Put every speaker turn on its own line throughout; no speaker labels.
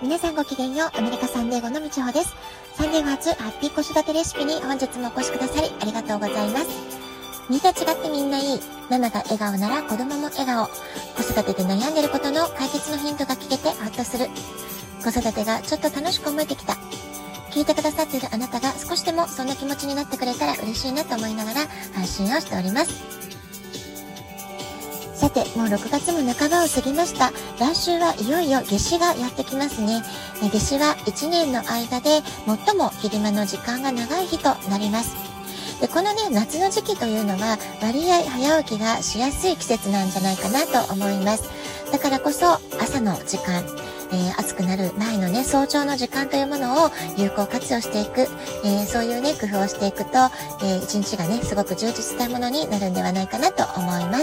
皆さんごきげんよう。アメリカサンデーゴのみちほです。サンデーゴ初ハッピー子育てレシピに本日もお越しくださりありがとうございます。みんな違ってみんないい。ママが笑顔なら子供も笑顔。子育てで悩んでることの解決のヒントが聞けてホッとする。子育てがちょっと楽しく思えてきた。聞いてくださっているあなたが少しでもそんな気持ちになってくれたら嬉しいなと思いながら配信をしております。さて、もう6月も半ばを過ぎました。来週はいよいよ夏至がやってきますね。夏至は1年の間で最も昼間の時間が長い日となります。で、このね、夏の時期というのは割合早起きがしやすい季節なんじゃないかなと思います。だからこそ朝の時間、暑くなる前のね、早朝の時間というものを有効活用していく、そういうね、工夫をしていくと、一日がね、すごく充実したものになるんではないかなと思います。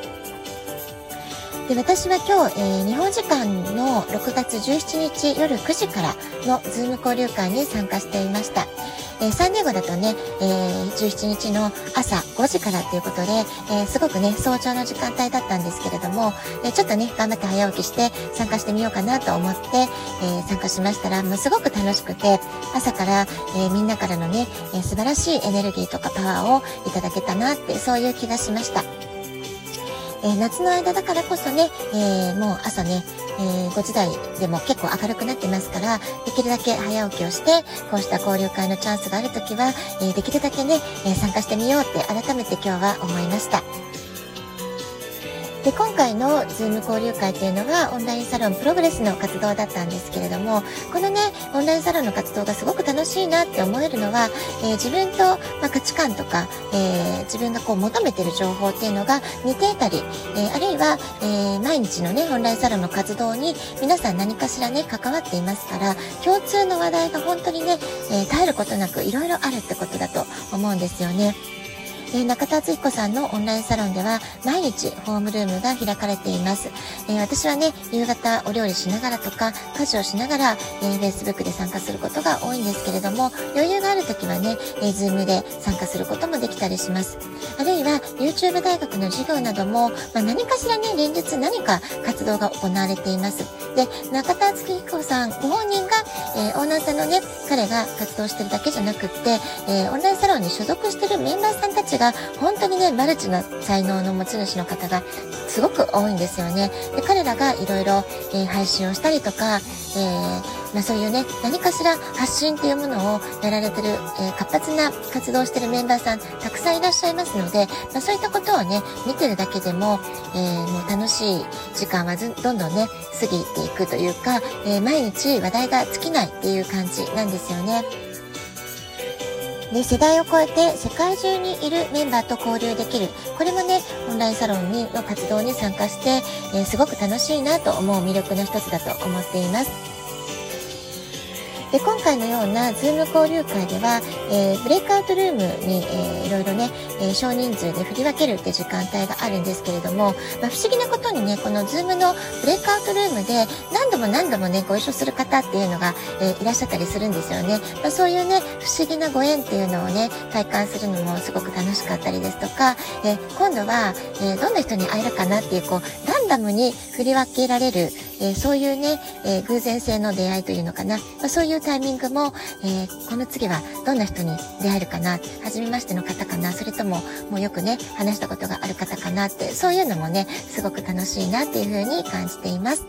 で、私は今日、日本時間の6月17日夜9時からのズーム交流会に参加していました。サンディエゴだとね、17日の朝5時からということで、すごくね、早朝の時間帯だったんですけれども、ちょっとね、頑張って早起きして参加してみようかなと思って、参加しましたら、もうすごく楽しくて、朝から、みんなからのね、素晴らしいエネルギーとかパワーをいただけたなって、そういう気がしました。夏の間だからこそね、もう朝ね、5時台でも結構明るくなってますから、できるだけ早起きをして、こうした交流会のチャンスがあるときは、できるだけね、参加してみようって改めて今日は思いました。で、今回のズーム交流会というのはオンラインサロンプログレスの活動だったんですけれども、このね、オンラインサロンの活動がすごく楽しいなって思えるのは、自分と、価値観とか、自分がこう求めている情報っていうのが似ていたり、あるいは、毎日のね、オンラインサロンの活動に皆さん何かしらね、関わっていますから、共通の話題が本当にね、絶えることなくいろいろあるってことだと思うんですよね。中田敦彦さんのオンラインサロンでは毎日ホームルームが開かれています。私はね、夕方お料理しながらとか家事をしながら、Facebook で参加することが多いんですけれども、余裕があるときはね、Zoom で参加することもできたりします。あるいは YouTube 大学の授業なども、何かしらね、連日何か活動が行われています。で、中田敦彦さんご本人が、オーナーさんのね、彼が活動してるだけじゃなくって、オンラインサロンに所属してるメンバーさんたちが本当にね、マルチな才能の持ち主の方がすごく多いんですよね。で、彼らがいろいろ配信をしたりとか、そういうね、何かしら発信っていうものをやられてる、活発な活動をしてるメンバーさんたくさんいらっしゃいますので、そういったことをね、見てるだけでも、もう楽しい時間はどんどんね、過ぎていくというか、毎日話題が尽きないっていう感じなんですよね。で、世代を超えて世界中にいるメンバーと交流できる。これもね、オンラインサロンの活動に参加して、すごく楽しいなと思う魅力の一つだと思っています。で、今回のようなズーム交流会では、ブレイクアウトルームに、いろいろね、少人数で振り分けるって時間帯があるんですけれども、不思議なことにね、このズームのブレイクアウトルームで何度もね、ご一緒する方っていうのが、いらっしゃったりするんですよね。そういうね、不思議なご縁っていうのをね、体感するのもすごく楽しかったりですとか、今度は、どんな人に会えるかなっていう、こう、ランダムに振り分けられる、そういうね、偶然性の出会いというのかな、そういうタイミングも、この次はどんな人に出会えるかな、初めましての方かな、それとももうよくね話したことがある方かなって、そういうのもねすごく楽しいなっていう風に感じています。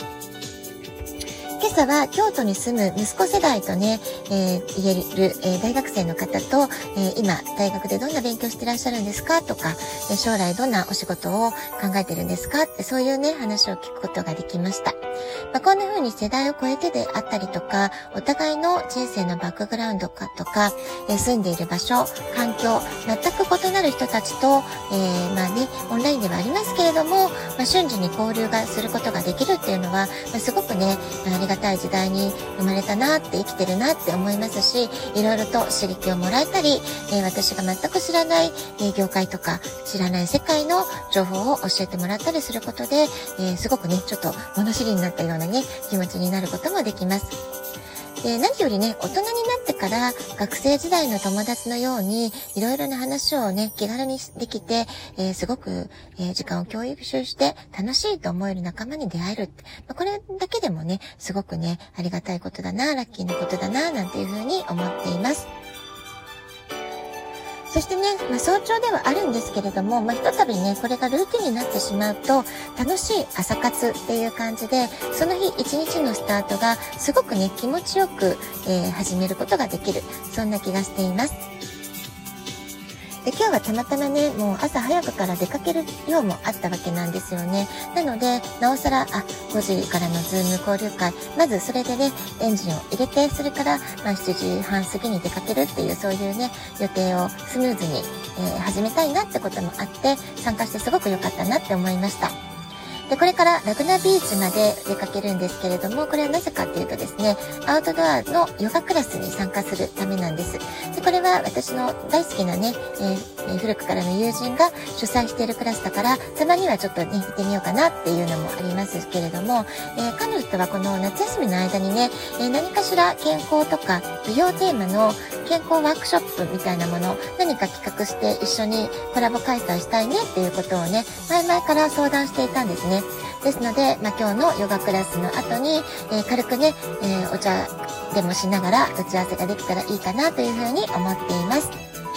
今朝は京都に住む息子世代とね、言える、大学生の方と、今大学でどんな勉強してらっしゃるんですかとか、将来どんなお仕事を考えてるんですかって、そういうね話を聞くことができました。こんな風に世代を超えてであったりとか、お互いの人生のバックグラウンドかとか、住んでいる場所、環境、全く異なる人たちと、オンラインではありますけれども、瞬時に交流がすることができるっていうのは、すごくね、ありがたい時代に生まれたなって、生きてるなって思いますし、いろいろと刺激をもらえたり、私が全く知らない、業界とか知らない世界の情報を教えてもらったりすることで、すごくね、ちょっと物知りになったようなね、気持ちになることもできます。で、何よりね、大人になってから学生時代の友達のようにいろいろな話をね、気軽にできて、すごく、時間を共有して楽しいと思える仲間に出会える。これだけでもね、すごくね、ありがたいことだな、ラッキーなことだな、なんていうふうに思っています。そしてね、早朝ではあるんですけれども、ひとたびね、これがルーティンになってしまうと、楽しい朝活っていう感じで、その日一日のスタートがすごくね、気持ちよく、始めることができる。そんな気がしています。で、今日はたまたまね、もう朝早くから出かける用もあったわけなんですよね。なので、なおさら、5時からのズーム交流会、まずそれでね、エンジンを入れて、それから、7時半過ぎに出かけるっていう、そういうね、予定をスムーズに、始めたいなってこともあって、参加してすごく良かったなって思いました。で、これからラグナビーチまで出かけるんですけれども、これはなぜかっていうとですね、アウトドアのヨガクラスに参加するためなんです。で、これは私の大好きなね、古くからの友人が主催しているクラスだから、たまにはちょっとね、行ってみようかなっていうのもありますけれども、彼女とはこの夏休みの間にね、何かしら健康とか美容テーマの健康ワークショップみたいなものを何か企画して一緒にコラボ開催したいねっていうことをね、前々から相談していたんですね。ですので、今日のヨガクラスの後に、軽くね、お茶でもしながら打ち合わせができたらいいかなというふうに思っています。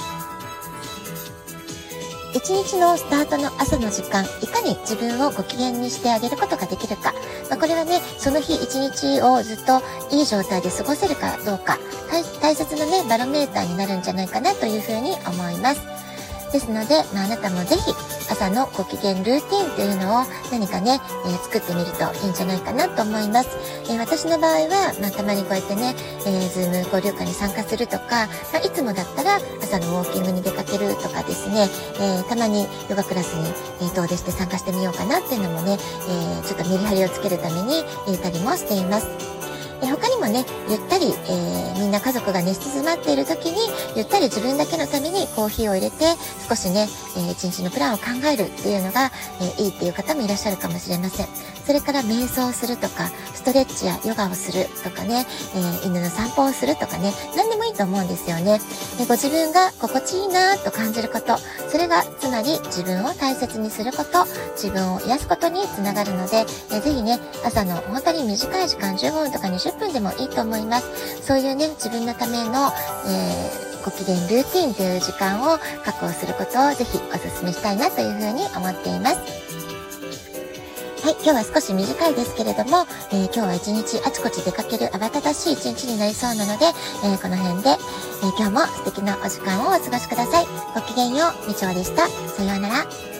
一日のスタートの朝の時間、いかに自分をご機嫌にしてあげることができるか。これはね、その日一日をずっといい状態で過ごせるかどうか、大切なね、バロメーターになるんじゃないかなというふうに思います。ですので、あなたもぜひ朝のご機嫌ルーティンというのを何かね、作ってみるといいんじゃないかなと思います。私の場合は、たまにこうやってね、ズーム交流会に参加するとか、いつもだったら朝のウォーキングに出かけるとかですね、たまにヨガクラスに、遠出して参加してみようかなっていうのもね、ちょっとメリハリをつけるために入れたりもしています。他にもね、ゆったり、みんな家族が寝静まっている時に、ゆったり自分だけのためにコーヒーを入れて、少しね、一日のプランを考えるっていうのが、いいっていう方もいらっしゃるかもしれません。それから瞑想をするとか、ストレッチやヨガをするとかね、犬の散歩をするとかね、何でもいいと思うんですよね。ご自分が心地いいなと感じること、それがつまり自分を大切にすること、自分を癒すことにつながるので、ぜひね、朝の本当に短い時間、15分とか20分でもいいと思います。そういうね、自分のための、ご機嫌ルーティンという時間を確保することをぜひお勧めしたいなというふうに思っています。はい、今日は少し短いですけれども、今日は一日あちこち出かける慌ただしい一日になりそうなので、この辺で、今日も素敵なお時間をお過ごしください。ごきげんよう、みちょうでした。さようなら。